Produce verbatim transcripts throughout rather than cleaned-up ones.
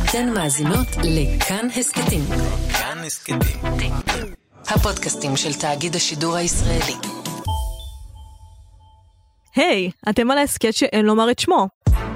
אתן מאזינות לכאן הסקטים. כאן הסקטים. הפודקאסטים של תאגיד השידור הישראלי. היי, אתם על ההסקט שאין לומר את שמו.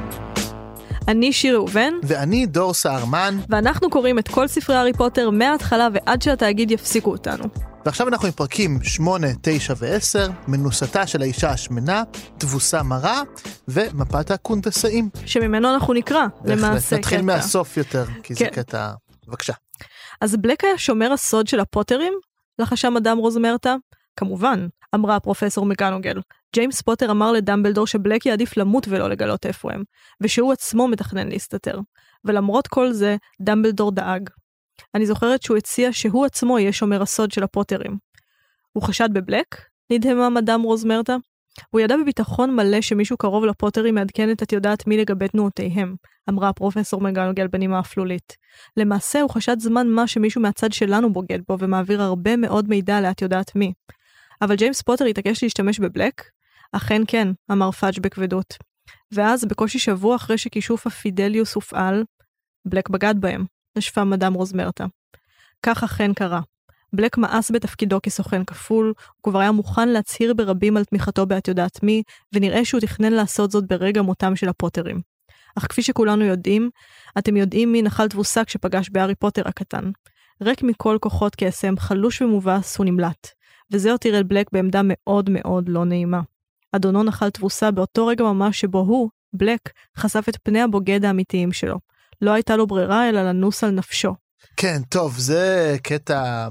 אני שיר ראובן. ואני דור סהרמן. ואנחנו קוראים את כל ספרי הארי פוטר מההתחלה ועד שהתאגיד יפסיקו אותנו. ועכשיו אנחנו עם פרקים שמונה, תשע ועשר, מנוסתה של האישה השמנה, תבוסה מרה, ומפת הקונדסאים. שממנו אנחנו נקרא, למעשה. נתחיל קטע. מהסוף יותר, כי כן. זה קטע... בבקשה. אז בלק היה שומר הסוד של הפוטרים? לחשה מדאם רוזמרטה? כמובן, אמרה הפרופסור מקגונגל. ג'יימס פוטר אמר לדמבלדור שבלק יעדיף למות ולא לגלות איפה הם, ושהוא עצמו מתכנן להסתתר. ולמרות כל זה, דמבלדור דאג. אני זוכרת שהוא הציע שהוא עצמו יהיה שומר הסוד של הפוטרים. הוא חשד בבלק? נדהמה מדאם רוזמרטה. הוא ידע בביטחון מלא שמישהו קרוב לפוטרים מעדכנת את יודעת מי לגבי תנועותיהם, אמרה הפרופסור מקגונגל בנימה אפלולית. למעשה הוא חשד זמן מה שמישהו מהצד שלנו בוגד בו ומעביר הרבה מאוד מידע לאת יודעת מי. אבל ג'יימס פוטר התעקש להשתמש בבלק? אכן כן, אמר פאג' בכבדות. ואז בקושי שבוע אחרי שכישוף הפידליוס הופעל, בלק בגד בהם, נשפה מדאם רוזמרטה. כך אכן קרה. בלק מאס בתפקידו כסוכן כפול, הוא כבר היה מוכן להצהיר ברבים על תמיכתו באת יודעת מי, ונראה שהוא תכנן לעשות זאת ברגע מותם של הפוטרים. אך כפי שכולנו יודעים, אתם יודעים מי נחל תבוסה כשפגש בהארי פוטר הקטן. ריק מכל כוחות כסם, חלוש ומובס, הוא נמלט. וזה הותיר את בלק בעמדה מאוד מאוד לא נעימה. אדונו נחל תבוסה באותו רגע ממש שבו הוא, בלק, חשף את פני הבוגד האמיתיים שלו. לא הייתה לו ברירה אלא לנוס על נפשו. כן, טוב, זה קטע,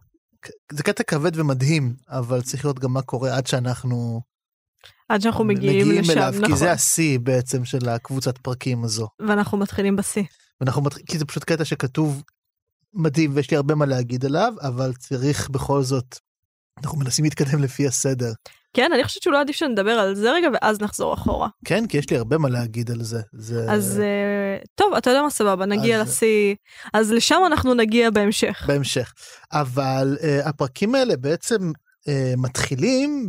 זה קטע כבד ומדהים, אבל צריך לראות גם מה קורה עד שאנחנו, עד שאנחנו מגיעים, מגיעים לשם, אליו, נכון. כי זה השיא בעצם של הקבוצת פרקים הזו. ואנחנו מתחילים בשיא. ואנחנו מתחילים, כי זה פשוט קטע שכתוב מדהים, ויש לי הרבה מה להגיד עליו, אבל צריך בכל זאת, אנחנו מנסים להתקדם לפי הסדר. כן, אני חושבת שאולי עדיף שנדבר על זה רגע, ואז נחזור אחורה. כן, כי יש לי הרבה מה להגיד על זה. זה... אז טוב, אתה יודע מה סבבה, נגיע אז... לשיא, אז לשם אנחנו נגיע בהמשך. בהמשך. אבל uh, הפרקים האלה בעצם uh, מתחילים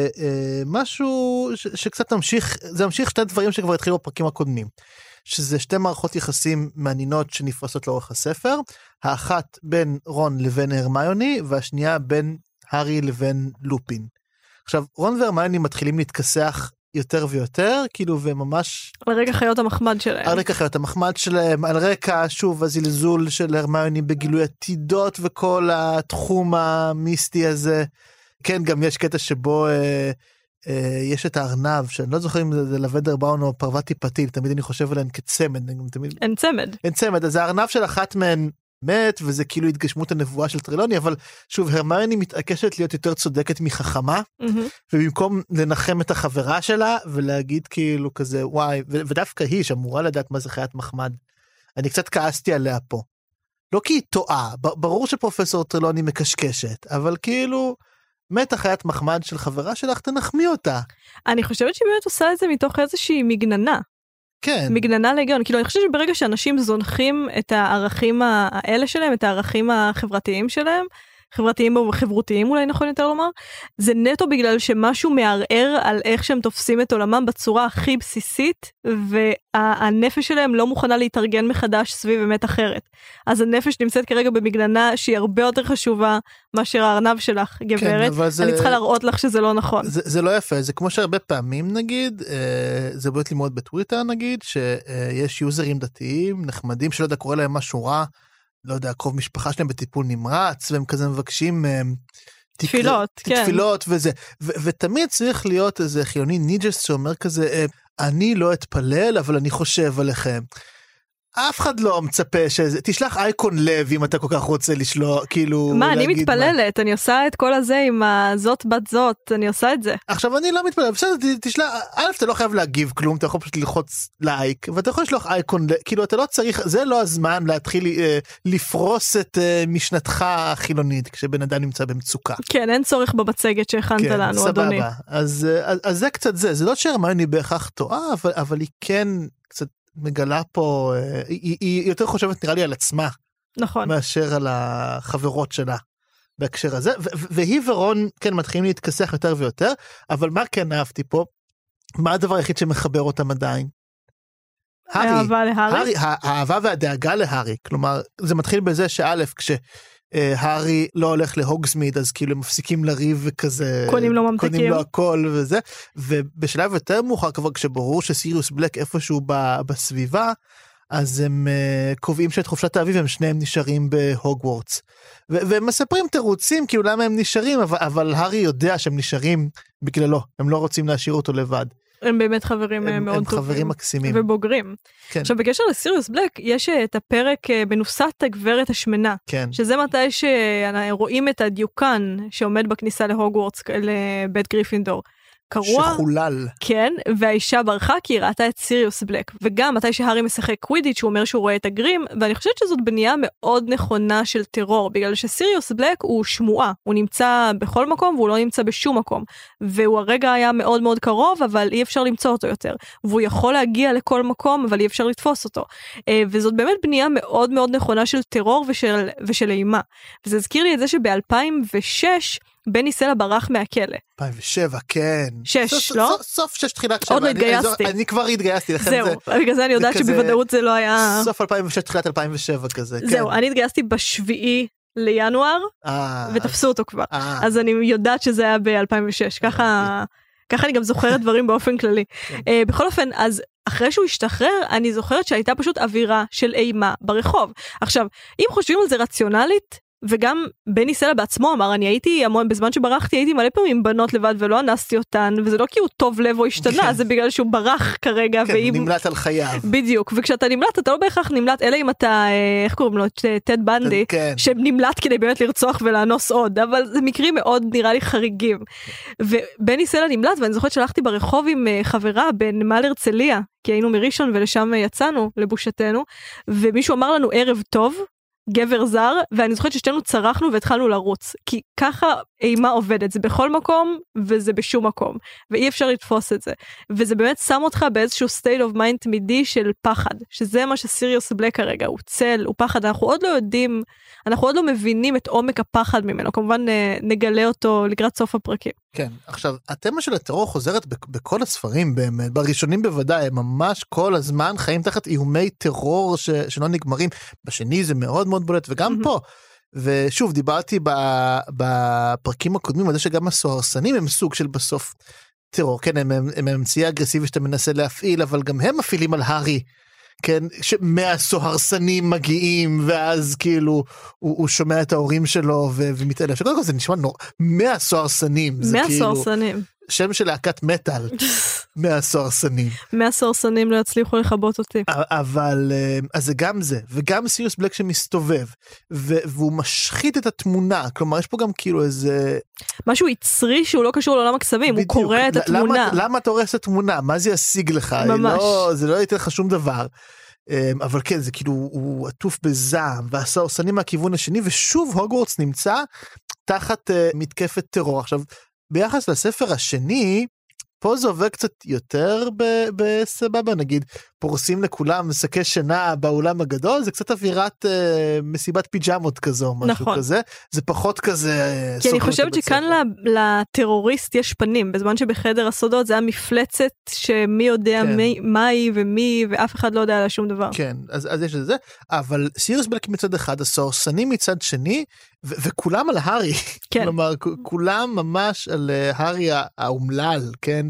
במשהו ש- שקצת ממשיך, זה ממשיך שתי דברים שכבר התחילו בפרקים הקודמים. שזה שתי מערכות יחסים מעניינות שנפרסות לאורך הספר, האחת בין רון לבין הרמיוני, והשנייה בין הארי לבין לופין. עכשיו, רון והרמיוני מתחילים להתכסח יותר ויותר, כאילו, וממש... על רקע חיות המחמד שלהם. על רקע חיות המחמד שלהם, על רקע, שוב, הזלזול של הרמיוני בגילוי עתידות וכל התחום המיסטי הזה. כן, גם יש קטע שבו אה, אה, יש את הארנב, שאני לא זוכר אם זה, זה לבדר באון או פרוות טיפתית, תמיד אני חושב עליהן כצמד. תמיד... אין צמד. אין צמד, אז הארנב של אחת מהן מת, וזה כאילו התגשמות הנבואה של טרילוני, אבל שוב, הרמיוני מתעקשת להיות יותר צודקת מחכמה, mm-hmm. ובמקום לנחם את החברה שלה, ולהגיד כאילו כזה, וואי, ו- ודווקא היא שאמורה לדעת מה זה חיית מחמד, אני קצת כעסתי עליה פה. לא כי היא טועה, ב- ברור שפרופסור טרילוני מקשקשת, אבל כאילו, מת החיית מחמד של חברה שלך, תנחמי אותה. אני חושבת שהיא באמת עושה את זה מתוך איזושהי מגננה. כן. מגננה להיגיון. כאילו, אני חושבת שברגע שאנשים זונחים את הערכים האלה שלהם, את הערכים החברתיים שלהם, חברתיים או חברותיים אולי נכון יותר לומר, זה נטו בגלל שמשהו מערער על איך שהם תופסים את עולמם בצורה הכי בסיסית, והנפש שלהם לא מוכנה להתארגן מחדש סביב אמת אחרת. אז הנפש נמצאת כרגע במגננה שהיא הרבה יותר חשובה מאשר הארנב שלך, גברת. כן, זה... אני צריכה להראות לך שזה לא נכון. זה, זה לא יפה, זה כמו שהרבה פעמים נגיד, זה בועט לי מאוד בטוויטר נגיד, שיש יוזרים דתיים נחמדים שלא יודע קורא להם משהו רע, לא יודע, קרוב משפחה שלהם בטיפול נמרץ, והם כזה מבקשים תפילות, כן. תפילות וזה, ותמיד צריך להיות איזה חיוני ניג'ס שאומר כזה, אני לא אתפלל, אבל אני חושב עליכם. אף אחד לא מצפה שזה, תשלח אייקון לב אם אתה כל כך רוצה לשלוח, כאילו... מה, אני מתפללת, מה... אני עושה את כל הזה עם הזאת בת זאת, אני עושה את זה. עכשיו, אני לא מתפללת, בסדר, תשלח, א', אתה לא חייב להגיב כלום, אתה יכול פשוט ללחוץ לייק, ואתה יכול לשלוח אייקון, כאילו, אתה לא צריך, זה לא הזמן להתחיל אה, לפרוס את אה, משנתך החילונית, כשבן אדם נמצא במצוקה. כן, אין צורך במצגת שהכנת כן, לנו, סבבה. אדוני. אז, אז, אז זה קצת זה, זה לא שהרמיוני בהכרח טועה, אבל, אבל היא כן קצת מגלה פה, היא, היא יותר חושבת נראה לי על עצמה, נכון. מאשר על החברות שלה בהקשר הזה, והיא ורון כן מתחילים להתכסח יותר ויותר, אבל מה כן אהבתי פה? מה הדבר היחיד שמחבר אותם עדיין? האהבה להארי? האהבה והדאגה להארי, כלומר, זה מתחיל בזה שא' כש... הארי לא הולך להוגסמיד, אז כאילו הם מפסיקים לריב וכזה, קונים לו ממתקים, קונים לו הכל וזה, ובשלב יותר מאוחר כבר כשברור שסיריוס בלק איפשהו בסביבה, אז הם uh, קובעים שאת חופשת האביב הם שניהם נשארים בהוגוורטס, ו- והם מספרים תירוצים כאילו למה הם נשארים, אבל, אבל הארי יודע שהם נשארים בגללו, הם לא רוצים להשאיר אותו לבד. הם באמת חברים הם, מאוד הם טובים. חברים מקסימים. ובוגרים. כן. עכשיו, בקשר לסיריוס בלק, יש את הפרק בנוסת הגברת השמנה. כן. שזה מתי שרואים את הדיוקן שעומד בכניסה להוגוורטס, לבית גריפינדור. קרוע, שחולל. כן, והאישה ברחה כי היא ראתה את סיריוס בלק. וגם מתי שהארי משחק קווידיץ' הוא אומר שהוא רואה את הגרים, ואני חושבת שזאת בנייה מאוד נכונה של טרור, בגלל שסיריוס בלק הוא שמועה, הוא נמצא בכל מקום והוא לא נמצא בשום מקום. והוא הרגע היה מאוד מאוד קרוב, אבל אי אפשר למצוא אותו יותר. והוא יכול להגיע לכל מקום, אבל אי אפשר לתפוס אותו. וזאת באמת בנייה מאוד מאוד נכונה של טרור ושל, ושל אימה. וזה הזכיר לי את זה שב-אלפיים ושש, בני סלע ברח מהכלא. אלפיים ושבע, כן. שש, לא? סוף שש תחילת שבע. עוד לא התגייסתי. אני כבר התגייסתי. זהו, בגלל זה אני יודעת שבוודאות זה לא היה... סוף אלפיים ושש, תחילת אלפיים ושבע כזה. זהו, אני התגייסתי בשביעי לינואר, ותפסו אותו כבר. אז אני יודעת שזה היה ב-אלפיים ושש. ככה אני גם זוכרת דברים באופן כללי. בכל אופן, אז אחרי שהוא השתחרר, אני זוכרת שהייתה פשוט אווירה של אימה ברחוב. עכשיו, אם חושבים על זה רציונלית, וגם בני סלע בעצמו אמר, אני הייתי המון, בזמן שברחתי הייתי מלא פעמים בנות לבד ולא אנסתי אותן, וזה לא כי הוא טוב לב או השתנה, כן. זה בגלל שהוא ברח כרגע. כן, ואם... נמלט על חייו. בדיוק, וכשאתה נמלט, אתה לא בהכרח נמלט, אלא אם אתה, איך קוראים לו, טד בנדי, כן. שנמלט כדי באמת לרצוח ולאנוס עוד, אבל זה מקרים מאוד נראה לי חריגים. ובני סלע נמלט, ואני זוכרת שלחתי ברחוב עם חברה בנמל הרצליה, כי היינו מראשון ולשם יצאנו לבושתנו, ומישהו אמר לנו ערב טוב, גבר זר, ואני זוכרת ששתינו צרחנו והתחלנו לרוץ, כי ככה אימה עובדת, זה בכל מקום וזה בשום מקום, ואי אפשר לתפוס את זה, וזה באמת שם אותך באיזשהו state of mind תמידי של פחד, שזה מה שסיריוס בלק כרגע, הוא צל, הוא פחד, אנחנו עוד לא יודעים, אנחנו עוד לא מבינים את עומק הפחד ממנו, כמובן נגלה אותו לקראת סוף הפרקים. כן, עכשיו, התמה של הטרור חוזרת בכל הספרים באמת, בראשונים בוודאי, הם ממש כל הזמן חיים תחת איומי טרור ש, שלא נגמרים, בשני זה מאוד מאוד בולט, וגם mm-hmm. פה, ושוב, דיברתי בפרקים הקודמים, על זה שגם הסוהרסנים הם סוג של בסוף טרור, כן, הם, הם, הם אמצעי אגרסיבי שאתה מנסה להפעיל, אבל גם הם מפעילים על הארי, כן, שמהסוהרסנים מגיעים, ואז כאילו, הוא, הוא שומע את ההורים שלו, ו- ומתעלם, שקודם כל זה נשמע נור, מהסוהרסנים, זה כאילו, שם של להקת מטל, מהסוהרסנים. מהסוהרסנים לא יצליחו לחבות אותי. אבל, אז זה גם זה, וגם סיריוס בלק שמסתובב, והוא משחית את התמונה, כלומר, יש פה גם כאילו איזה... משהו יצרי שהוא לא קשור לעולם הקסמים, הוא קורא את התמונה. למה אתה הורס את התמונה? מה זה ישיג לך? ממש. זה לא ייתן לך שום דבר. אבל כן, זה כאילו, הוא עטוף בזעם, והסוהרסנים מהכיוון השני, ושוב הוגוורטס נמצא תחת מתקפת טרור. עכשיו, ביחס לספר השני, פה זה עובר קצת יותר בסבבה, נגיד, פורסים לכולם שקי שינה באולם הגדול, זה קצת אווירת אה, מסיבת פיג'מות כזו, משהו נכון. כזה, זה פחות כזה... כי אני חושבת שכאן לטרוריסט יש פנים, בזמן שבחדר הסודות זה היה מפלצת שמי יודע כן. מי, מה היא ומי, ואף אחד לא יודע על שום דבר. כן, אז, אז יש את זה, אבל סיריוס בלק מצד אחד, הסוהרסנים מצד שני, ו- וכולם על הארי, כן. כלומר, כולם ממש על הארי האומלל, כן,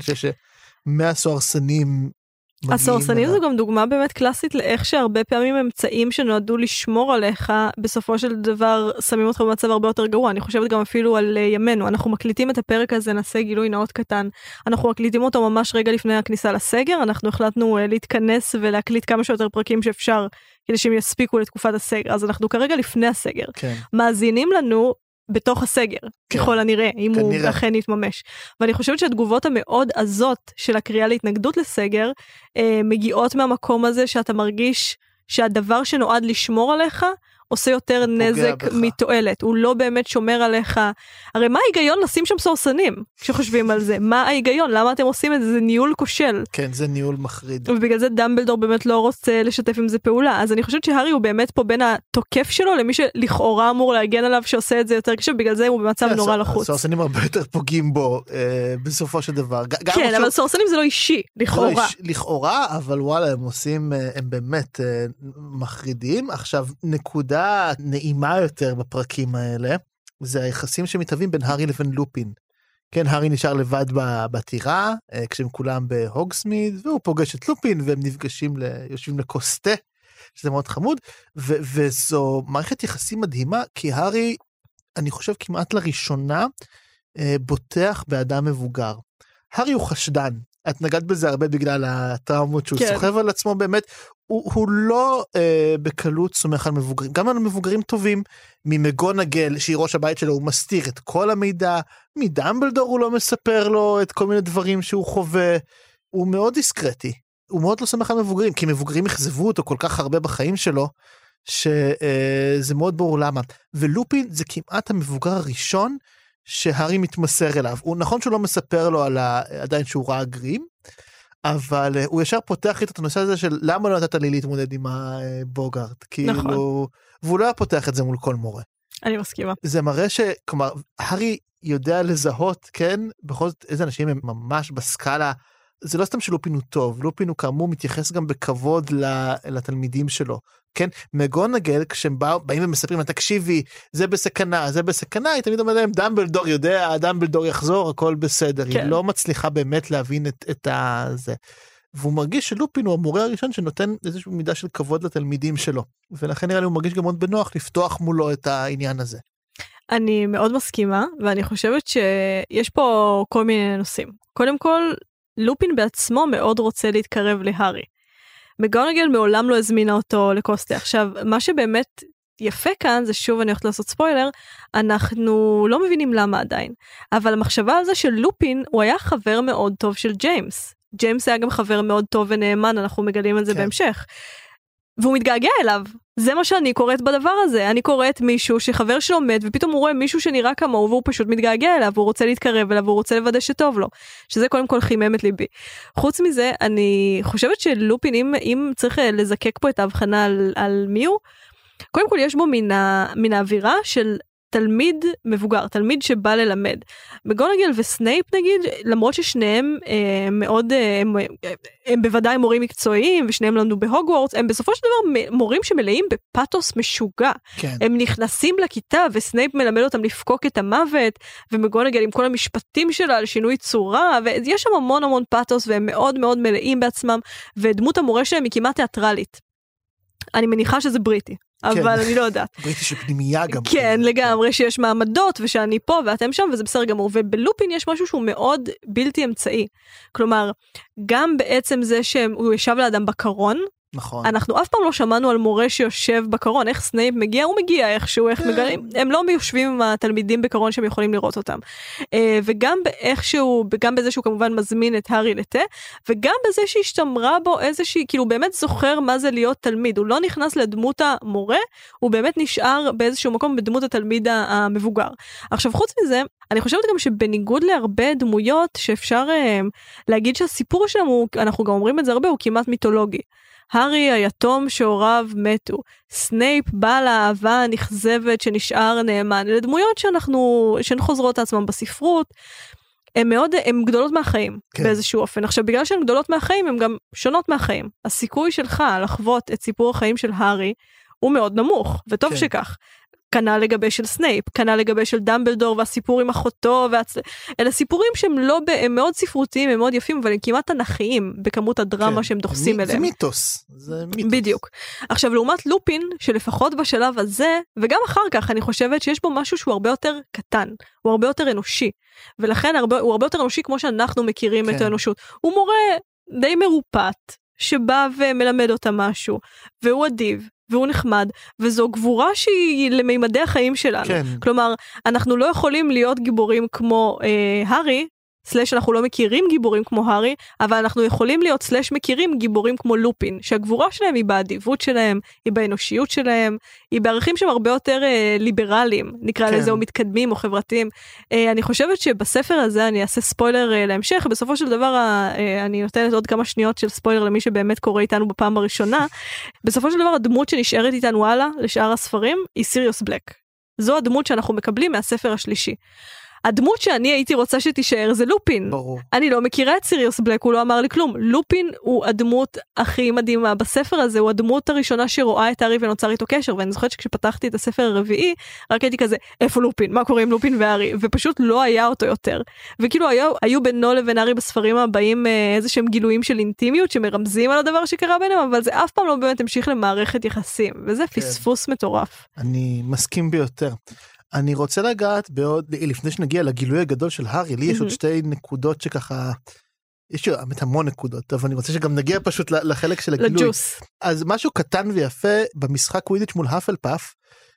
שמהסוהרסנים... הסוהרסנים זו גם דוגמה באמת קלאסית לאיך שהרבה פעמים אמצעים שנועדו לשמור עליך, בסופו של דבר שמים אותך במצב הרבה יותר גרוע. אני חושבת גם אפילו על ימינו, אנחנו מקליטים את הפרק הזה, נעשה גילוי נאות קטן, אנחנו מקליטים אותו ממש רגע לפני הכניסה לסגר, אנחנו החלטנו להתכנס ולהקליט כמה שיותר פרקים שאפשר, כדי שהם יספיקו לתקופת הסגר, אז אנחנו כרגע לפני הסגר. כן. מאזינים לנו בתוך הסגר, כן. ככל הנראה, אם כנראה. הוא אכן יתממש. ואני חושבת שהתגובות המאוד עזות של הקריאה להתנגדות לסגר, אה, מגיעות מהמקום הזה שאתה מרגיש שהדבר שנועד לשמור עליך, עושה יותר נזק בך. מתועלת, הוא לא באמת שומר עליך, הרי מה ההיגיון לשים שם סורסנים, כשחושבים על זה, מה ההיגיון, למה אתם עושים את זה, זה ניהול כושל. כן, זה ניהול מחריד. ובגלל זה דמבלדור באמת לא רוצה לשתף עם זה פעולה, אז אני חושבת שהארי הוא באמת פה בין התוקף שלו, למי שלכאורה אמור להגן עליו שעושה את זה יותר קשה, בגלל זה הוא במצב נורא לחוץ. סורסנים הרבה יותר פוגעים בו, אה, בסופו של דבר. כן, אבל סורסנים זה לא אישי, לכאורה. לכאורה, אבל וואלה, הם עושים, הם באמת מחרידים. עכשיו, נקודה נעימה יותר בפרקים האלה, זה היחסים שמתהווים בין הארי לבין לופין. כן, הארי נשאר לבד בטירה, כשהם כולם בהוגסמיד, והוא פוגש את לופין, והם נפגשים, יושבים לכוס תה, שזה מאוד חמוד, ו- וזו מערכת יחסים מדהימה, כי הארי, אני חושב כמעט לראשונה, בוטח באדם מבוגר. הארי הוא חשדן, את נגעת בזה הרבה בגלל הטראומות שהוא כן. סוחב על עצמו באמת, הוא, הוא לא אה, בקלות סומך על מבוגרים, גם על מבוגרים טובים, ממגונגל שהיא ראש הבית שלו, הוא מסתיר את כל המידע, מדמבלדור הוא לא מספר לו את כל מיני דברים שהוא חווה, הוא מאוד דיסקרטי, הוא מאוד לא סומך על מבוגרים, כי מבוגרים יחזבו אותו כל כך הרבה בחיים שלו, שזה מאוד ברור למה, ולופין זה כמעט המבוגר הראשון, שהארי מתמסר אליו, הוא נכון שהוא לא מספר לו על ה... עדיין שהוא ראה גרים, אבל uh, הוא ישר פותח את הנושא הזה של למה לא נתת לי להתמודד עם הבוגארט, כאילו, נכון. והוא לא היה פותח את זה מול כל מורה. אני מסכימה. זה מראה ש... כלומר, הארי יודע לזהות, כן, בכל זאת איזה אנשים הם ממש בסקאלה, זה לא סתם שלופין הוא טוב, לופין הוא כאמור מתייחס גם בכבוד לתלמידים שלו, כן, מגונגל כשהם בא, באים ומספרים, תקשיבי, זה בסכנה, זה בסכנה, היא תמיד אומרת להם, דמבלדור יודע, דמבלדור יחזור, הכל בסדר, כן. היא לא מצליחה באמת להבין את, את זה, והוא מרגיש שלופין הוא המורה הראשון שנותן איזושהי מידה של כבוד לתלמידים שלו, ולכן נראה לי הוא מרגיש גם מאוד בנוח לפתוח מולו את העניין הזה. אני מאוד מסכימה, ואני חושבת שיש פה כל מיני נושאים. קודם כל, לופין בעצמו מאוד רוצה להתקרב להארי. מגונגל מעולם לא הזמינה אותו לקוסטה. עכשיו, מה שבאמת יפה כאן, זה שוב אני הולכת לעשות ספוילר, אנחנו לא מבינים למה עדיין. אבל המחשבה על זה של לופין, הוא היה חבר מאוד טוב של ג'יימס. ג'יימס היה גם חבר מאוד טוב ונאמן, אנחנו מגלים את זה כן. בהמשך. והוא מתגעגע אליו. זה מה שאני קוראת בדבר הזה. אני קוראת מישהו שחבר שלו מת, ופתאום הוא רואה מישהו שנראה כמוהו, והוא פשוט מתגעגע אליו, והוא רוצה להתקרב אליו, והוא רוצה לוודא שטוב לו. שזה קודם כל חימם את ליבי. חוץ מזה, אני חושבת שלופין, אם, אם צריך לזקק פה את ההבחנה על, על מי הוא, קודם כל יש בו מן, ה, מן האווירה של תלמיד מבוגר, תלמיד שבא ללמד. מגונגל וסנייפ נגיד, למרות ששניהם אה, מאוד, אה, הם, הם בוודאי מורים מקצועיים, ושניהם למדו בהוגוורטס, הם בסופו של דבר מורים שמלאים בפאטוס משוגע. כן. הם נכנסים לכיתה, וסנייפ מלמד אותם לפקוק את המוות, ומגונגל עם כל המשפטים שלה על שינוי צורה, ויש שם המון המון פאטוס, והם מאוד מאוד מלאים בעצמם, ודמות המורה שלהם היא כמעט תיאטרלית. אני מניחה שזה בריטי. אבל אני לא יודעת. בריטי שפנימייה גם. כן, לגמרי, שיש מעמדות, ושאני פה ואתם שם, וזה בסדר גמור. ובלופין יש משהו שהוא מאוד בלתי אמצעי. כלומר, גם בעצם זה שהוא ישב לאדם בקרון, נכון. אנחנו אף פעם לא שמענו על מורה שיושב בקרון, איך סנייפ מגיע, הוא מגיע איכשהו, איך מגלים, הם לא יושבים עם התלמידים בקרון שהם יכולים לראות אותם. וגם באיכשהו, גם בזה שהוא כמובן מזמין את הארי לתה, וגם בזה שהשתמרה בו איזושהי, כאילו באמת זוכר מה זה להיות תלמיד, הוא לא נכנס לדמות המורה, הוא באמת נשאר באיזשהו מקום בדמות התלמיד המבוגר. עכשיו חוץ מזה, אני חושבת גם שבניגוד להרבה דמויות שאפשר להגיד שהסיפור שלהם, אנחנו גם אומרים את זה הרבה, הוא כמעט מיתולוגי. הארי היתום שהוריו מתו, סנייפ בעל האהבה הנכזבת שנשאר נאמן, אלה דמויות שאנחנו, שהן חוזרות לעצמם בספרות, הן מאוד, הן גדולות מהחיים, כן. באיזשהו אופן. עכשיו, בגלל שהן גדולות מהחיים, הן גם שונות מהחיים. הסיכוי שלך לחוות את סיפור החיים של הארי, הוא מאוד נמוך, וטוב כן. שכך. כנ"ל לגבי של סנייפ, כנ"ל לגבי של דמבלדור והסיפור עם אחותו, והצ... אלה סיפורים שהם לא, הם מאוד ספרותיים, הם מאוד יפים, אבל הם כמעט תנכיים בכמות הדרמה כן. שהם דוחסים מ... אליהם. זה מיתוס, זה מיתוס. בדיוק. עכשיו, לעומת לופין, שלפחות בשלב הזה, וגם אחר כך, אני חושבת שיש בו משהו שהוא הרבה יותר קטן, הוא הרבה יותר אנושי, ולכן הרבה, הוא הרבה יותר אנושי כמו שאנחנו מכירים כן. את האנושות. הוא מורה די מרופט, שבא ומלמד אותה משהו, והוא אדיב, והוא נחמד, וזו גבורה שהיא למימדי החיים שלנו. כן. כלומר, אנחנו לא יכולים להיות גיבורים כמו אה, הארי, סלש אנחנו לא מכירים גיבורים כמו הארי, אבל אנחנו יכולים להיות סלש מכירים גיבורים כמו לופין, שהגבורה שלהם היא באדיבות שלהם, היא באנושיות שלהם, היא בערכים שהם הרבה יותר אה, ליברליים, נקרא כן. לזה, או מתקדמים או חברתיים. אה, אני חושבת שבספר הזה אני אעשה ספוילר אה, להמשך, בסופו של דבר אה, אני נותנת עוד כמה שניות של ספוילר למי שבאמת קורא איתנו בפעם הראשונה. בסופו של דבר הדמות שנשארת איתנו הלאה לשאר הספרים היא סיריוס בלק. זו הדמות שאנחנו מקבלים מהספר השלישי. הדמות שאני הייתי רוצה שתישאר זה לופין. ברור. אני לא מכירה את סיריוס בלק, הוא לא אמר לי כלום. לופין הוא הדמות הכי מדהימה בספר הזה, הוא הדמות הראשונה שרואה את הארי ונוצר איתו קשר, ואני זוכרת שכשפתחתי את הספר הרביעי, רק הייתי כזה, איפה לופין? מה קורה עם לופין והארי? ופשוט לא היה אותו יותר. וכאילו היו, היו בינו לבין הארי בספרים הבאים איזה שהם גילויים של אינטימיות, שמרמזים על הדבר שקרה ביניהם, אבל זה אף פעם לא באמת המשיך למערכת יחסים, וזה כן. פספוס מטורף. אני מסכים ביותר. אני רוצה לגעת בעוד, לפני שנגיע לגילוי הגדול של הארי, לי יש עוד שתי נקודות שככה, יש לי המון נקודות, אבל אני רוצה שגם נגיע פשוט לחלק של הגילוי. לג'וס. אז משהו קטן ויפה במשחק קווידיץ' מול האפלפאף,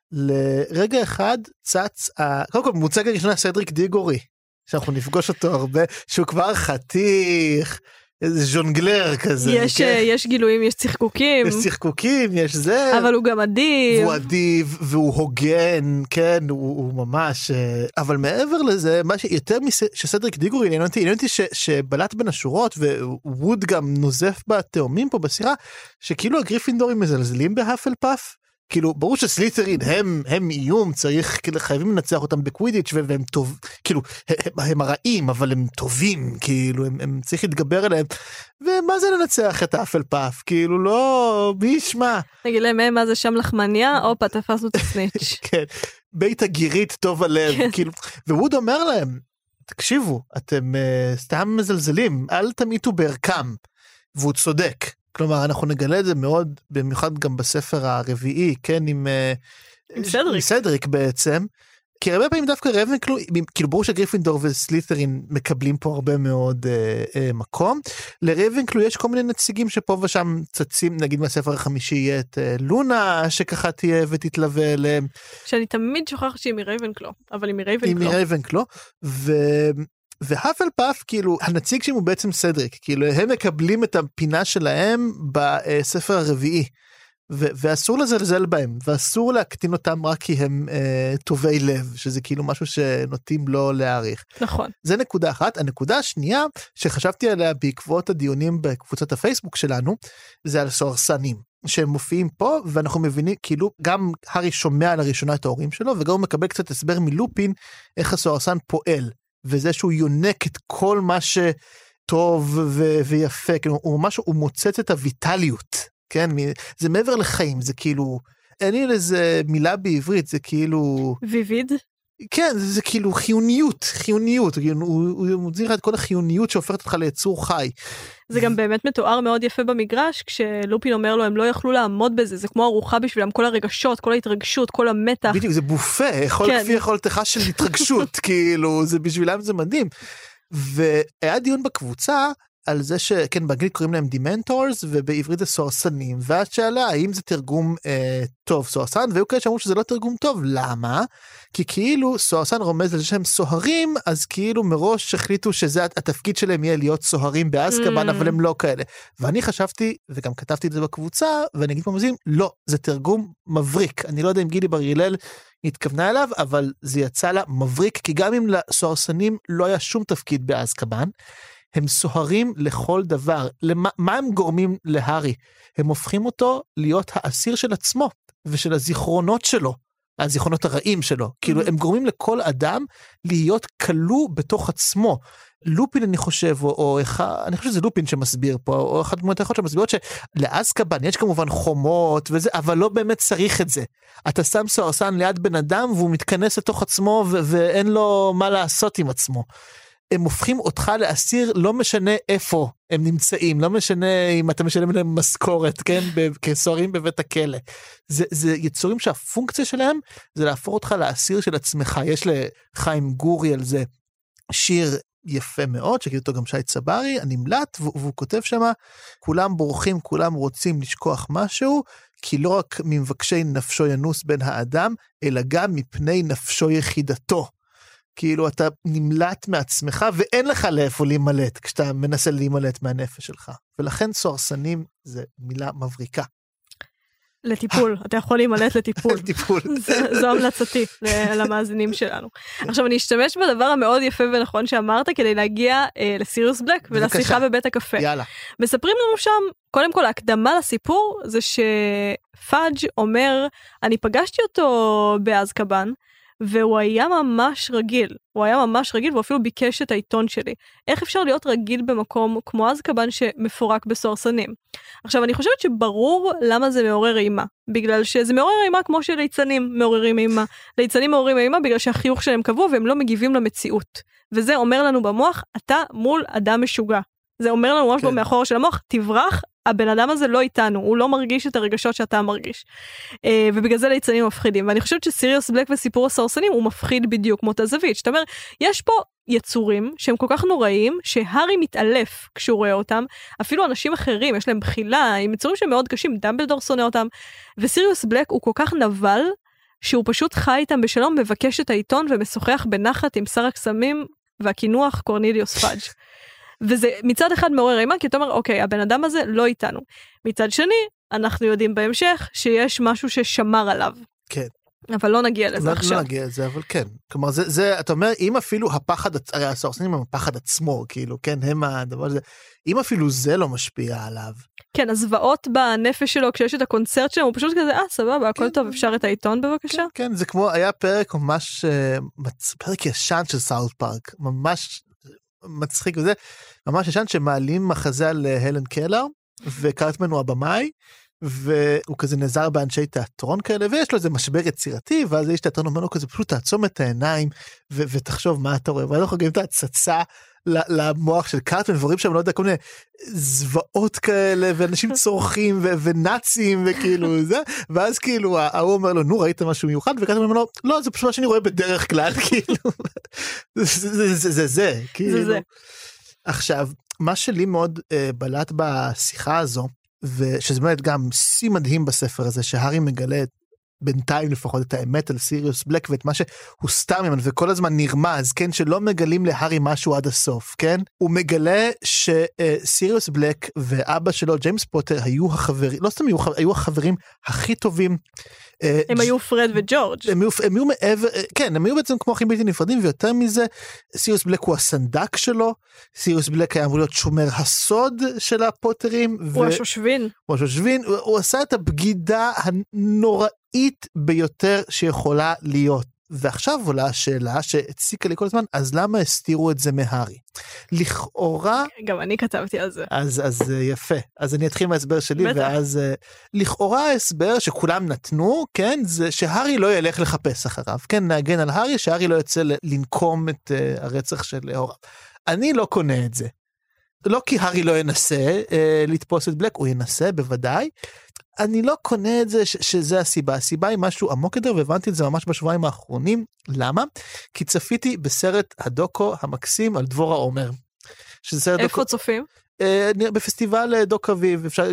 לרגע אחד צץ, קודם כל במוצג הראשונה סדריק דיגורי, שאנחנו נפגוש אותו הרבה, שהוא כבר חתיך, איזה ז'ונגלר כזה. יש, כן? יש גילויים, יש צחקוקים. יש צחקוקים, יש זה. אבל הוא גם אדיב. והוא אדיב, והוא הוגן, כן, הוא, הוא ממש... אבל מעבר לזה, מה שיותר שסדריק דיגורי, עניין אותי, עניין אותי ש, שבלט בין השורות, וווד גם נוזף בתאומים פה בסירה, שכאילו הגריפינדורים מזלזלים בהאפלפאף, כאילו, ברור שסלית'רין הם, הם איום, צריך, כאילו, חייבים לנצח אותם בקווידיץ' והם טוב, כאילו, הם, הם הרעים, אבל הם טובים, כאילו, הם, הם צריך להתגבר עליהם, ומה זה לנצח את האפלפאף? כאילו, לא, מי ישמע? נגיד להם, מה זה שם לחמניה? אופה, תפסנו את הסניץ'. כן, בית הגירית טוב הלב, כאילו, והוא אומר להם, תקשיבו, אתם uh, סתם מזלזלים, אל תמיתו בערכם, והוא צודק. כלומר, אנחנו נגלה את זה מאוד, במיוחד גם בספר הרביעי, כן, עם, עם סדריק. עם סדריק בעצם, כי הרבה פעמים דווקא רייבנקלו, כאילו ברור שגריפינדור וסלית'רין מקבלים פה הרבה מאוד אה, אה, מקום, לרייבנקלו יש כל מיני נציגים שפה ושם צצים, נגיד מהספר החמישי יהיה את אה, לונה, שככה תהיה ותתלווה אליהם. שאני תמיד שוכחת שהיא מרייבנקלו, אבל היא מרייבנקלו. היא מרייבנקלו, ו... והאפלפאף, כאילו, הנציג שהם הוא בעצם סדריק, כאילו, הם מקבלים את הפינה שלהם בספר הרביעי, ו- ואסור לזלזל בהם, ואסור להקטין אותם רק כי הם אה, טובי לב, שזה כאילו משהו שנוטים לא להעריך. נכון. זה נקודה אחת. הנקודה השנייה, שחשבתי עליה בעקבות הדיונים בקבוצת הפייסבוק שלנו, זה על סוהרסנים, שהם מופיעים פה, ואנחנו מבינים, כאילו, גם הארי שומע לראשונה את ההורים שלו, וגם הוא מקבל קצת הסבר מלופין, איך הסוהרסן פועל. וזה שהוא יונק את כל מה שטוב ו- ויפה, כאילו, הוא ממש, הוא מוצץ את הויטליות, כן? זה מעבר לחיים, זה כאילו, אין לי לזה מילה בעברית, זה כאילו... ויביד? כן, זה, זה כאילו חיוניות, חיוניות, הוא, הוא, הוא מוציא לך את כל החיוניות שהופכת אותך ליצור חי. זה גם באמת מתואר מאוד יפה במגרש, כשלופין אומר לו, הם לא יכלו לעמוד בזה, זה כמו ארוחה בשבילם, כל הרגשות, כל ההתרגשות, כל המתח. בדיוק, זה בופה, יכול כן. כפי יכולתך של התרגשות, כאילו, זה בשבילם זה מדהים. והיה דיון בקבוצה, על זה שכן, באנגלית קוראים להם דימנטורס, ובעברית זה סוהרסנים, ואז שאלה, האם זה תרגום אה, טוב סוהרסן, והיו כאלה שאמרו שזה לא תרגום טוב, למה? כי כאילו סוהרסן רומז לזה שהם סוהרים, אז כאילו מראש החליטו שזה התפקיד שלהם יהיה להיות סוהרים באזקבאן, mm. אבל הם לא כאלה. ואני חשבתי, וגם כתבתי את זה בקבוצה, ואני אגיד פעם, לא, זה תרגום מבריק, אני לא יודע אם גילי בר הלל התכוונה אליו, אבל זה יצא לה מבריק, כי גם אם לסוהרסנים לא היה שום תפקיד באזקבאן, הם סוהרים לכל דבר. למה, מה הם גורמים להארי? הם הופכים אותו להיות האסיר של עצמו, ושל הזיכרונות שלו, הזיכרונות הרעים שלו. Mm-hmm. כאילו, הם גורמים לכל אדם להיות כלוא בתוך עצמו. לופין, אני חושב, או, או אחד, אני חושב שזה לופין שמסביר פה, או אחד דמות האחרות שמסבירות שלאזקבאן יש כמובן חומות וזה, אבל לא באמת צריך את זה. אתה שם סוהרסן ליד בן אדם, והוא מתכנס לתוך עצמו, ו- ואין לו מה לעשות עם עצמו. הם הופכים אותך לאסיר, לא משנה איפה הם נמצאים, לא משנה אם אתה משלם להם משכורת, כן, כסוהרים בבית הכלא. זה, זה יצורים שהפונקציה שלהם, זה להפוך אותך לאסיר של עצמך. יש לחיים גורי על זה שיר יפה מאוד, שכאילו אותו גם שי צברי, הנמלט, והוא, והוא כותב שמה, כולם בורחים, כולם רוצים לשכוח משהו, כי לא רק ממבקשי נפשו ינוס בן האדם, אלא גם מפני נפשו יחידתו. כאילו אתה נמלט מעצמך, ואין לך לאיפה להימלט, כשאתה מנסה להימלט מהנפש שלך. ולכן סוהרסנים זה מילה מבריקה. לטיפול, אתה יכול להימלט לטיפול. לטיפול. זו המלצתי למאזינים שלנו. עכשיו אני אשתמש בדבר המאוד יפה ונכון שאמרת, כדי להגיע לסיריוס בלק ולשיחה בבית הקפה. יאללה. מספרים לנו שם, קודם כל ההקדמה לסיפור, זה שפאג' אומר, אני פגשתי אותו באזקבאן, והוא היה ממש רגיל, הוא היה ממש רגיל, והוא אפילו ביקש את העיתון שלי. איך אפשר להיות רגיל במקום כמו אזקבאן שמפורק בסוהרסנים? עכשיו, אני חושבת שברור למה זה מעורר אימה, בגלל שזה מעורר אימה כמו שליצנים מעוררים אימה. ליצנים מעוררים אימה בגלל שהחיוך שלהם קבוע, והם לא מגיבים למציאות. וזה אומר לנו במוח, אתה מול אדם משוגע. זה אומר לנו ממש במאחור של המוח, תברח, הבן אדם הזה לא איתנו, הוא לא מרגיש את הרגשות שאתה מרגיש. ובגלל זה ליצנים מפחידים. ואני חושבת שסיריוס בלק וסיפור הסוהרסנים הוא מפחיד בדיוק כמו תזווית. זאת אומרת, יש פה יצורים שהם כל כך נוראים, שהארי מתעלף כשהוא רואה אותם, אפילו אנשים אחרים, יש להם בחילה, עם יצורים שהם מאוד קשים, דמבלדור שונא אותם, וסיריוס בלק הוא כל כך נבל, שהוא פשוט חי איתם בשלום, מבקש את העיתון ומשוחח בנחת עם שר הקסמים והכינוח קורניליוס פאג'. וזה מצד אחד מעורר אימה, כי אתה אומר, אוקיי, הבן אדם הזה לא איתנו. מצד שני, אנחנו יודעים בהמשך שיש משהו ששמר עליו. כן. אבל לא נגיע לזה לא, עכשיו. לא נגיע לזה, אבל כן. כלומר, זה, זה, אתה אומר, אם אפילו הפחד, הרי הסוהרסנים הם הפחד עצמו, כאילו, כן, הם הדבר הזה, אם אפילו זה לא משפיע עליו. כן, הזוועות בנפש שלו, כשיש את הקונצרט שלו, הוא פשוט כזה, אה, סבבה, הכל טוב, אפשר את העיתון בבקשה? כן, כן, זה כמו, היה פרק ממש, פרק ישן של סאות' פארק, ממש מצחיק וזה, ממש ישן שמעלים מחזה על הלן קלר, וקרטמן הוא הבמאי, והוא כזה נעזר באנשי תיאטרון כאלה, ויש לו איזה משבר יצירתי, ואז יש תיאטרון אומר לו כזה, פשוט תעצום את העיניים, ו- ותחשוב מה אתה רואה, ואז אנחנו רואים את הצצה למוח של קרטמן, ורואים שם, לא יודע, כל מיני זוועות כאלה, ואנשים צורכים, ו- ונאצים, וכאילו זה, ואז כאילו, הוא אומר לו, נו, ראית משהו מיוחד? וקרטמן אומר לו, לא, זה פשוט מה שאני רואה בדרך כלל, כאילו, זה זה, זה, זה, זה, כאילו. זה. עכשיו, מה שלי מאוד uh, בלט בשיחה הזו, ושזה באמת גם שיא מדהים בספר הזה, שהארי מגלה בינתיים לפחות את האמת על סיריוס בלק, ואת מה שהוסתר ממנו, וכל הזמן נרמז, כן, שלא מגלים להארי משהו עד הסוף, כן? הוא מגלה שסיריוס בלק ואבא שלו, ג'יימס פוטר, היו החברים, לא סתם היו, היו החברים הכי טובים. הם היו פרד וג'ורג'. הם היו, הם היו מעבר, כן, הם היו בעצם כמו אחים בלתי נפרדים, ויותר מזה, סיריוס בלק הוא הסנדק שלו, סיריוס בלק היה אמור להיות שומר הסוד של הפוטרים. הוא השושבין. הוא השושבין, הוא, הוא עשה את הבגידה הנוראית ביותר שיכולה להיות. ועכשיו עולה השאלה שהציקה לי כל הזמן, אז למה הסתירו את זה מהארי? לכאורה... גם אני כתבתי על זה. אז, אז יפה. אז אני אתחיל מההסבר שלי, בטח. ואז לכאורה ההסבר שכולם נתנו, כן, זה שהארי לא ילך לחפש אחריו, כן, נגן על הארי, שהארי לא יוצא לנקום את uh, הרצח של הוריו. אני לא קונה את זה. לא כי הארי לא ינסה uh, לתפוס את בלק, הוא ינסה בוודאי, אני לא קונה את זה ש- שזה הסיבה, הסיבה היא משהו עמוק יותר, והבנתי את זה ממש בשבועיים האחרונים, למה? כי צפיתי בסרט הדוקו המקסים על דבורה עומר. איפה דוקו... צופים? אה, בפסטיבל דוק אביב, אפשר,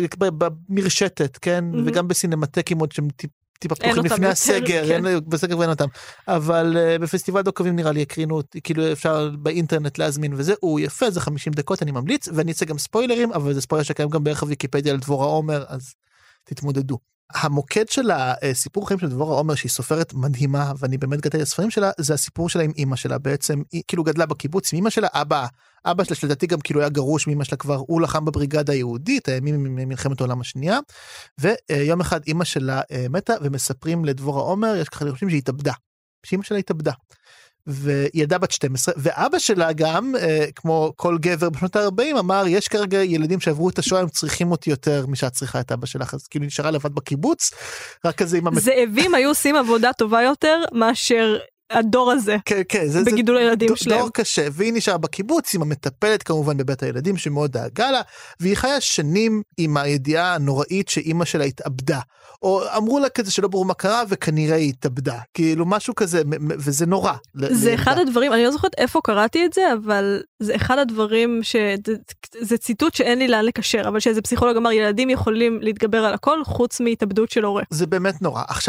במרשתת, כן? Mm-hmm. וגם בסינמטקים עוד שהם טיפ, טיפה פתוחים לפני יותר, הסגר, כן. אין, בסגר ואין אותם, אבל uh, בפסטיבל דוק אביב נראה לי הקרינו, כאילו אפשר באינטרנט להזמין וזה, הוא יפה, זה חמישים דקות, אני ממליץ, ואני אצא גם ספוילרים, אבל זה ספוילר שקיים גם בערך הוויקיפדיה על דבורה עומר, אז תתמודדו. המוקד של הסיפור חיים של דבורה עומר, שהיא סופרת מדהימה, ואני באמת גדלתי לספרים שלה, זה הסיפור שלה עם אמא שלה, בעצם היא כאילו גדלה בקיבוץ עם אמא שלה, אבא, אבא שלה שלדעתי גם כאילו היה גרוש מאמא שלה כבר, הוא לחם בבריגדה היהודית, הימים ממלחמת העולם השנייה, ויום אחד אמא שלה מתה, ומספרים לדבורה עומר, יש ככה חושבים שהיא התאבדה, שאמא שלה התאבדה. והיא ילדה בת שתים עשרה, ואבא שלה גם, אה, כמו כל גבר בשנות ה-ארבעים, אמר, יש כרגע ילדים שעברו את השואה, הם צריכים אותי יותר משאת צריכה את אבא שלך, אז כאילו נשארה לבד בקיבוץ, רק כזה עם... המת... זאבים היו עושים עבודה טובה יותר, מאשר הדור הזה, כן, כן, זה, בגידול זה הילדים דור, שלהם. דור קשה, והיא נשארה בקיבוץ, עם המטפלת כמובן בבית הילדים, שמאוד דאגה לה, והיא חיה שנים עם הידיעה הנוראית שאימא שלה התאבדה, או אמרו לה כזה שלא ברור מה קרה, וכנראה היא התאבדה, כאילו משהו כזה, וזה נורא. זה אחד הדברים, אני לא זוכרת איפה קראתי את זה, אבל זה אחד הדברים, ש... זה ציטוט שאין לי לאן לקשר, אבל שאיזה פסיכולוג אמר, ילדים יכולים להתגבר על הכל, חוץ מהתאבדות של הורה. זה באמת נורא. עכשיו,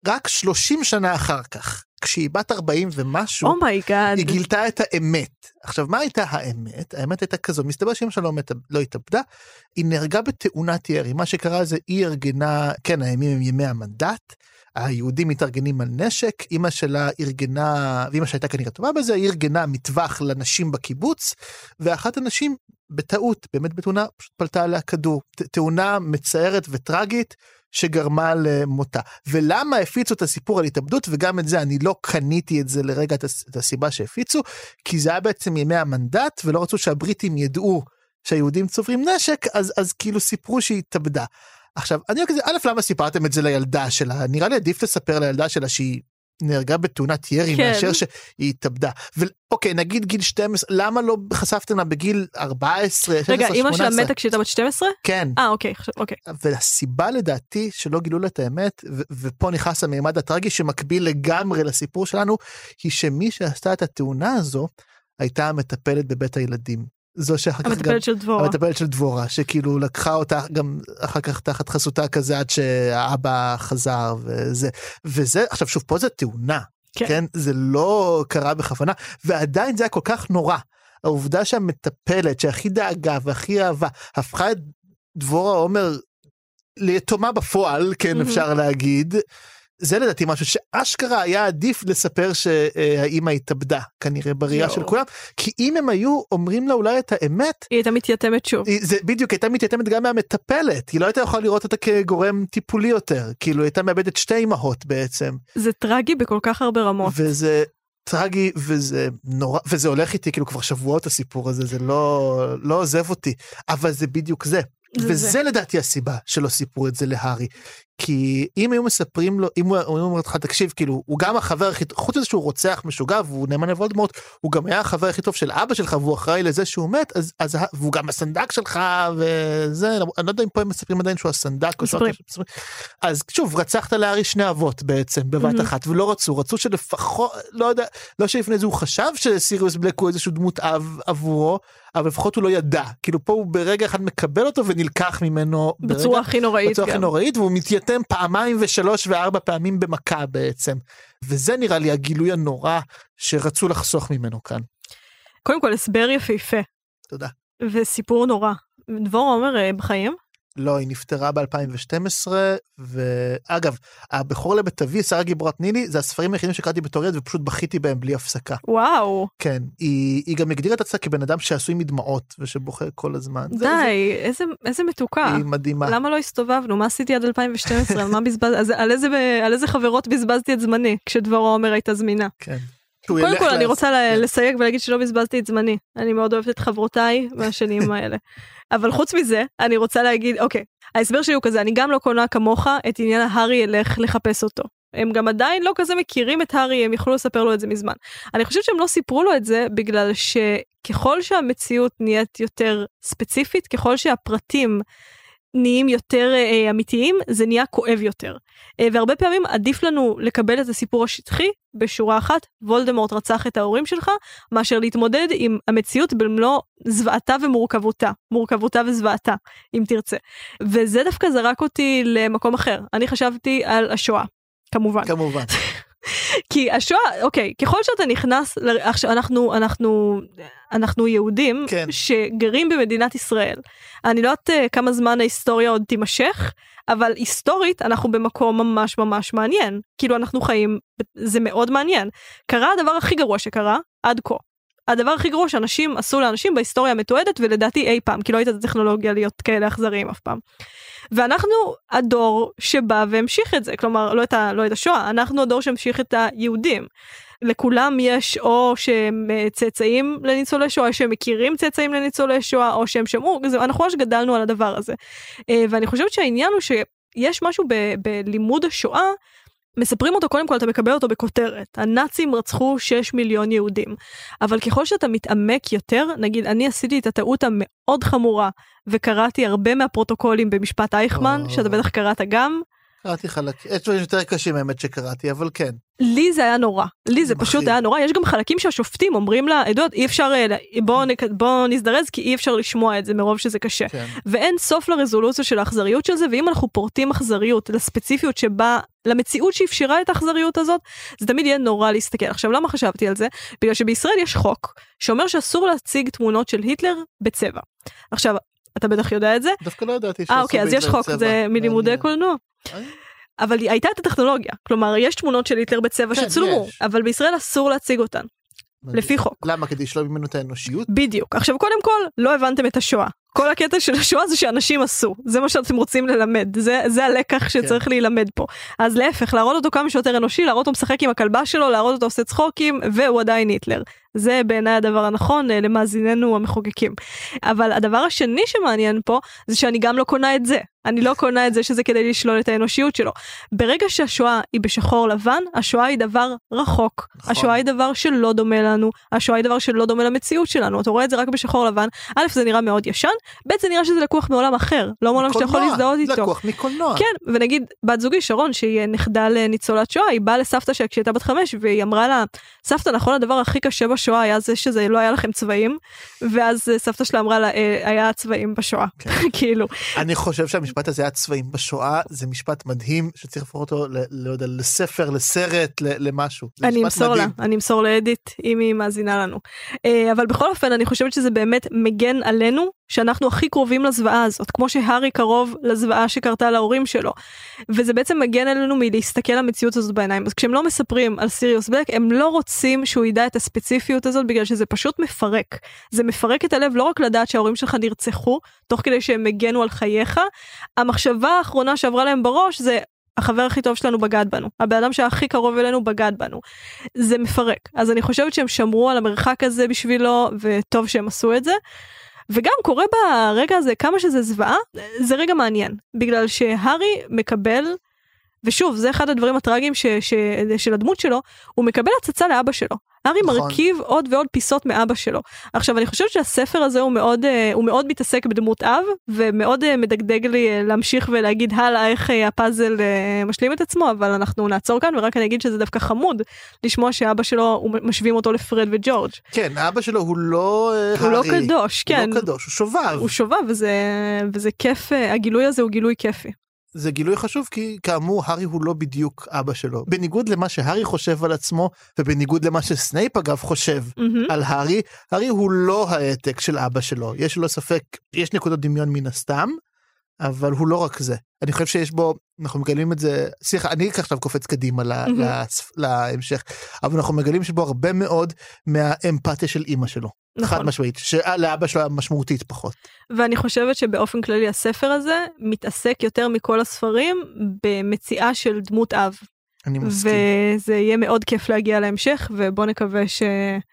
רק שלושים שנה אחר כך, כשהיא בת ארבעים ומשהו, oh my God. היא גילתה את האמת. עכשיו, מה הייתה האמת? האמת הייתה כזו, מסתבר שאמא שלה לא התאבדה, היא נהרגה בתאונת ירי, מה שקרה זה, היא ארגנה, כן, הימים הם ימי המנדט, היהודים מתארגנים על נשק, אמא שלה ארגנה, ואמא שהייתה כנראה טובה בזה, היא ארגנה מטווח לנשים בקיבוץ, ואחת הנשים בטעות, באמת בתאונה, פשוט פלטה עליה כדור, תאונה מצערת וטרגית, שגרמה למותה. ולמה הפיצו את הסיפור על התאבדות, וגם את זה, אני לא קניתי את זה לרגע את הסיבה שהפיצו, כי זה היה בעצם ימי המנדט, ולא רצו שהבריטים ידעו שהיהודים צוברים נשק, אז, אז כאילו סיפרו שהיא התאבדה. עכשיו, אני אומר כזה, א', למה סיפרתם את זה לילדה שלה? נראה לי עדיף לספר לילדה שלה שהיא נהרגה בתאונת ירי, כן. מאשר שהיא התאבדה. ואוקיי, נגיד גיל שתים עשרה, למה לא חשפתם לה בגיל ארבע עשרה, שש עשרה, רגע, שמונה עשרה? אמא שלה מתה כשהייתה בת שתים עשרה? כן. אה, אוקיי, אוקיי. והסיבה לדעתי שלא גילו לה את האמת, ו- ופה נכנס המימד הטרגי שמקביל לגמרי לסיפור שלנו, היא שמי שעשתה את התאונה הזו, הייתה המטפלת בבית הילדים. זו שאחר כך גם... המטפלת של דבורה. המטפלת של דבורה, שכאילו לקחה אותה גם אחר כך תחת חסותה כזה, עד שהאבא חזר וזה. וזה, עכשיו שוב, פה זה תאונה. כן. כן? זה לא קרה בכוונה, ועדיין זה היה כל כך נורא. העובדה שהמטפלת, שהכי דאגה והכי אהבה, הפכה את דבורה עומר ליתומה בפועל, כן, mm-hmm. אפשר להגיד, זה לדעתי משהו שאשכרה היה עדיף לספר שהאימא התאבדה, כנראה בראייה של כולם, כי אם הם היו אומרים לה אולי את האמת, היא הייתה מתייתמת שוב. זה בדיוק, הייתה מתייתמת גם מהמטפלת, היא לא הייתה יכולה לראות אותה כגורם טיפולי יותר, כאילו הייתה מאבדת שתי אמהות בעצם. זה טרגי בכל כך הרבה רמות. וזה טרגי, וזה נורא, וזה הולך איתי כאילו כבר שבועות הסיפור הזה, זה לא, לא עוזב אותי, אבל זה בדיוק זה. וזה זה. לדעתי הסיבה שלא סיפרו את זה להרי, כי אם היו מספרים לו, אם הוא אומר לך, תקשיב, כאילו, הוא גם החבר הכי טוב, חוץ מזה שהוא רוצח משוגע, והוא נאמן לוולדמורט, הוא גם היה החבר הכי טוב של אבא שלך, והוא אחראי לזה שהוא מת, אז, אז, והוא גם הסנדק שלך, וזה, אני לא יודע אם פה הם מספרים עדיין שהוא הסנדק, מספרים. או אז שוב, רצחת להרי שני אבות בעצם, בבת mm-hmm. אחת, ולא רצו, רצו שלפחות, לא יודע, לא שלפני זה הוא חשב שסיריוס בלק הוא איזשהו דמות אב עבורו, אבל לפחות הוא לא ידע, כאילו פה הוא ברגע אחד מקבל אותו ונלקח ממנו בצורה הכי נוראית, בצורה הכי נוראית, והוא מתייתם פעמיים ושלוש וארבע פעמים במכה בעצם, וזה נראה לי הגילוי הנורא שרצו לחסוך ממנו כאן. קודם כל הסבר יפהפה. תודה. וסיפור נורא. דבורה עומר בחיים? לא, היא נפטרה ב-אלפיים ושתים עשרה, ואגב, הבכור לבית אבי, שרה גיבורת נילי, זה הספרים היחידים שקראתי בתור ילד, ופשוט בכיתי בהם בלי הפסקה. וואו. כן, היא, היא גם הגדירה את עצמה כבן אדם שעשוי מדמעות, ושבוכה כל הזמן. די, זה, זה... איזה, איזה מתוקה. היא מדהימה. למה לא הסתובבנו? מה עשיתי עד אלפיים ושתים עשרה? מה בזבז... אז, על, איזה, על איזה חברות בזבזתי את זמני, כשדבורה עומר הייתה זמינה? כן. קודם כל, אני רוצה לסייג ולהגיד שלא בזבזתי את זמני. אני מאוד אוהבת את חברותיי מהשנים האלה. אבל חוץ מזה, אני רוצה להגיד, אוקיי, ההסבר שלי הוא כזה, אני גם לא קונה כמוך את עניין ההרי ילך לחפש אותו. הם גם עדיין לא כזה מכירים את הארי, הם יכלו לספר לו את זה מזמן. אני חושבת שהם לא סיפרו לו את זה, בגלל שככל שהמציאות נהיית יותר ספציפית, ככל שהפרטים נהיים יותר אה, אמיתיים, זה נהיה כואב יותר. אה, והרבה פעמים עדיף לנו לקבל את הסיפור השטחי, בשורה אחת, וולדמורט רצח את ההורים שלך, מאשר להתמודד עם המציאות במלוא זוועתה ומורכבותה, מורכבותה וזוועתה, אם תרצה. וזה דווקא זרק אותי למקום אחר. אני חשבתי על השואה, כמובן. כמובן. כי השואה, אוקיי, ככל שאתה נכנס, עכשיו אנחנו, אנחנו, אנחנו יהודים, כן. שגרים במדינת ישראל. אני לא יודעת כמה זמן ההיסטוריה עוד תימשך, אבל היסטורית אנחנו במקום ממש ממש מעניין. כאילו אנחנו חיים, זה מאוד מעניין. קרה הדבר הכי גרוע שקרה, עד כה. הדבר הכי גרוע שאנשים עשו לאנשים בהיסטוריה המתועדת, ולדעתי אי פעם, כי לא הייתה את הטכנולוגיה להיות כאלה אכזריים אף פעם. ואנחנו הדור שבא והמשיך את זה, כלומר לא את, ה, לא את השואה, אנחנו הדור שהמשיך את היהודים. לכולם יש או שהם צאצאים לניצולי שואה, שהם מכירים צאצאים לניצולי שואה, או שהם שמעו, אנחנו ממש גדלנו על הדבר הזה. ואני חושבת שהעניין הוא שיש משהו ב, בלימוד השואה, מספרים אותו, קודם כל אתה מקבל אותו בכותרת. הנאצים רצחו שש מיליון יהודים. אבל ככל שאתה מתעמק יותר, נגיד, אני עשיתי את הטעות המאוד חמורה, וקראתי הרבה מהפרוטוקולים במשפט אייכמן, שאתה בטח קראת גם. קראתי חלק, יש דברים יותר קשים האמת שקראתי, אבל כן. לי זה היה נורא, לי זה פשוט היה נורא, יש גם חלקים שהשופטים אומרים לה, עדות, אי אפשר, בוא, בוא נזדרז, כי אי אפשר לשמוע את זה מרוב שזה קשה. כן. ואין סוף לרזולוציה של האכזריות של זה, ואם אנחנו פורטים אכזריות לספציפיות שבה, למציאות שאפשרה את האכזריות הזאת, זה תמיד יהיה נורא להסתכל. עכשיו, למה חשבתי על זה? בגלל שבישראל יש חוק, שאומר שאסור להציג תמונות של היטלר בצבע. עכשיו, אתה בטח יודע את זה? דווקא לא ידעתי. אה, אוקיי, אז יש חוק, זה מלימודי קולנוע. אבל הייתה את הטכנולוגיה, כלומר יש תמונות של היטלר בצבע כן, שצולמו, יש. אבל בישראל אסור להציג אותן, לפי חוק. למה? כדי שלא ממנו את האנושיות? בדיוק. עכשיו קודם כל, לא הבנתם את השואה. כל הקטע של השואה זה שאנשים עשו, זה מה שאתם רוצים ללמד, זה, זה הלקח שצריך כן. להילמד פה. אז להפך, להראות אותו כמה שיותר אנושי, להראות אותו משחק עם הכלבה שלו, להראות אותו עושה צחוקים, והוא עדיין היטלר. זה בעיניי הדבר הנכון למאזיננו המחוקקים. אבל הדבר השני שמעניין פה, זה שאני גם לא קונה את זה. אני לא קונה את זה שזה כדי לשלול את האנושיות שלו. ברגע שהשואה היא בשחור לבן, השואה היא דבר רחוק. נכון. השואה היא דבר שלא דומה לנו, השואה היא דבר שלא דומה למציאות שלנו. אתה רואה את זה רק בשחור לבן. א', זה נראה מאוד ישן, ב', זה נראה שזה לקוח מעולם אחר, לא מעולם שאתה יכול להזדהות איתו. זה לקוח מקולנוע. כן, ונגיד, בת זוגי שרון, שהיא נכדה לניצולת שואה, היא באה לסבתא שלה כשהייתה בת חמש, והיא אמרה לה, סבתא, נכון, הדבר הכי קשה בשואה היה זה שזה לא היה לכם צבעים, ואז סבתא שלה אמרה לה, היה צבעים בשואה. כאילו. אני חושב שהמשפט הזה היה צבעים בשואה, זה משפט מדהים, שצריך לפחות אותו, לא יודע, לספר, לסרט, למשהו. אני אמסור לה, אני אמסור לאדית, אם היא מאזינה לנו. אבל בכל אופן, אני חושבת שזה באמת מגן עלינו, שאנחנו הכי קרובים לזוועה הזאת, כמו שהארי קרוב לזוועה שקרתה להורים שלו. וזה בעצם מגן עלינו מלהסתכל למציאות הזאת בעיניים. אז כשהם לא מספרים על סיריוס בלק, הם לא רוצים שהוא ידע את הספציפיות הזאת, בגלל שזה פשוט מפרק. זה מפרק את הלב לא רק לדעת שההורים שלך נרצחו, תוך כדי שהם מגנו על חייך. המחשבה האחרונה שעברה להם בראש זה, החבר הכי טוב שלנו בגד בנו. הבאדם שהכי קרוב אלינו בגד בנו. זה מפרק. אז אני חושבת שהם שמרו על המרחק הזה בשבילו, וטוב שהם עשו את זה. וגם קורה ברגע הזה, כמה שזה זוועה, זה רגע מעניין. בגלל שהארי מקבל, ושוב, זה אחד הדברים הטרגיים ש, ש, של הדמות שלו, הוא מקבל הצצה לאבא שלו. הארי נכון. מרכיב עוד ועוד פיסות מאבא שלו. עכשיו, אני חושבת שהספר הזה הוא מאוד, הוא מאוד מתעסק בדמות אב, ומאוד מדגדג לי להמשיך ולהגיד הלאה איך הפאזל משלים את עצמו, אבל אנחנו נעצור כאן, ורק אני אגיד שזה דווקא חמוד, לשמוע שאבא שלו, משווים אותו לפרד וג'ורג'. כן, אבא שלו הוא לא הוא הארי. לא קדוש, כן. הוא לא קדוש, הוא שובב. הוא שובב, וזה, וזה כיף, הגילוי הזה הוא גילוי כיפי. זה גילוי חשוב, כי כאמור, הארי הוא לא בדיוק אבא שלו. בניגוד למה שהארי חושב על עצמו, ובניגוד למה שסנייפ אגב חושב mm-hmm. על הארי, הארי הוא לא העתק של אבא שלו. יש לו ספק, יש נקודות דמיון מן הסתם, אבל הוא לא רק זה. אני חושב שיש בו, אנחנו מגלים את זה, סליחה, אני אקח עכשיו קופץ קדימה mm-hmm. להמשך, אבל אנחנו מגלים שבו הרבה מאוד מהאמפתיה של אמא שלו. נכון. חד משמעית, שלאבא שלו משמעותית פחות. ואני חושבת שבאופן כללי הספר הזה מתעסק יותר מכל הספרים במציאה של דמות אב. אני מסכים. וזה יהיה מאוד כיף להגיע להמשך, ובוא נקווה ש...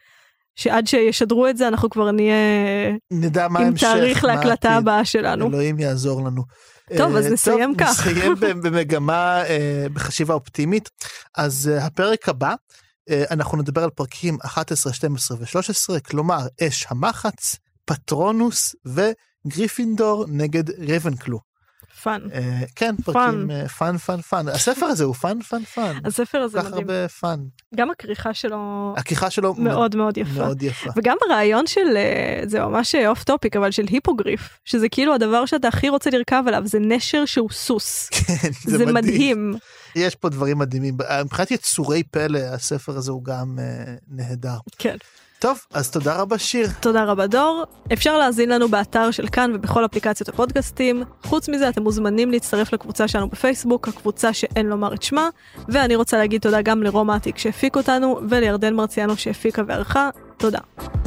שעד שישדרו את זה אנחנו כבר נהיה נדע מה עם המשך, תאריך להקלטה הבאה שלנו. אלוהים יעזור לנו. טוב, אז נסיים טוב, כך. נסיים במגמה, בחשיבה אופטימית. אז הפרק הבא, אנחנו נדבר על פרקים אחת עשרה, שתים עשרה ו-שלוש עשרה, כלומר אש המחץ, פטרונוס וגריפינדור נגד רייבנקלו. פן. כן, פרקים פן, פן, פן. הספר הזה הוא פן, פן, פן. הספר הזה מדהים. כך הרבה פן. גם הכריכה שלו... הכריכה שלו מאוד מאוד יפה. מאוד יפה. וגם הרעיון של, זה ממש אוף טופיק, אבל של היפוגריף, שזה כאילו הדבר שאתה הכי רוצה לרכב עליו, זה נשר שהוא סוס. כן, זה, זה מדהים. מדהים. יש פה דברים מדהימים. מבחינת יצורי פלא, הספר הזה הוא גם נהדר. כן. טוב, אז תודה רבה שיר. תודה רבה דור. אפשר להזין לנו באתר של כאן ובכל אפליקציות הפודקאסטים. חוץ מזה, אתם מוזמנים להצטרף לקבוצה שלנו בפייסבוק, הקבוצה שאין לומר את שמה, ואני רוצה להגיד תודה גם לרום עתיק שהפיק אותנו, ולירדן מרציאנו שהפיקה וערכה. תודה.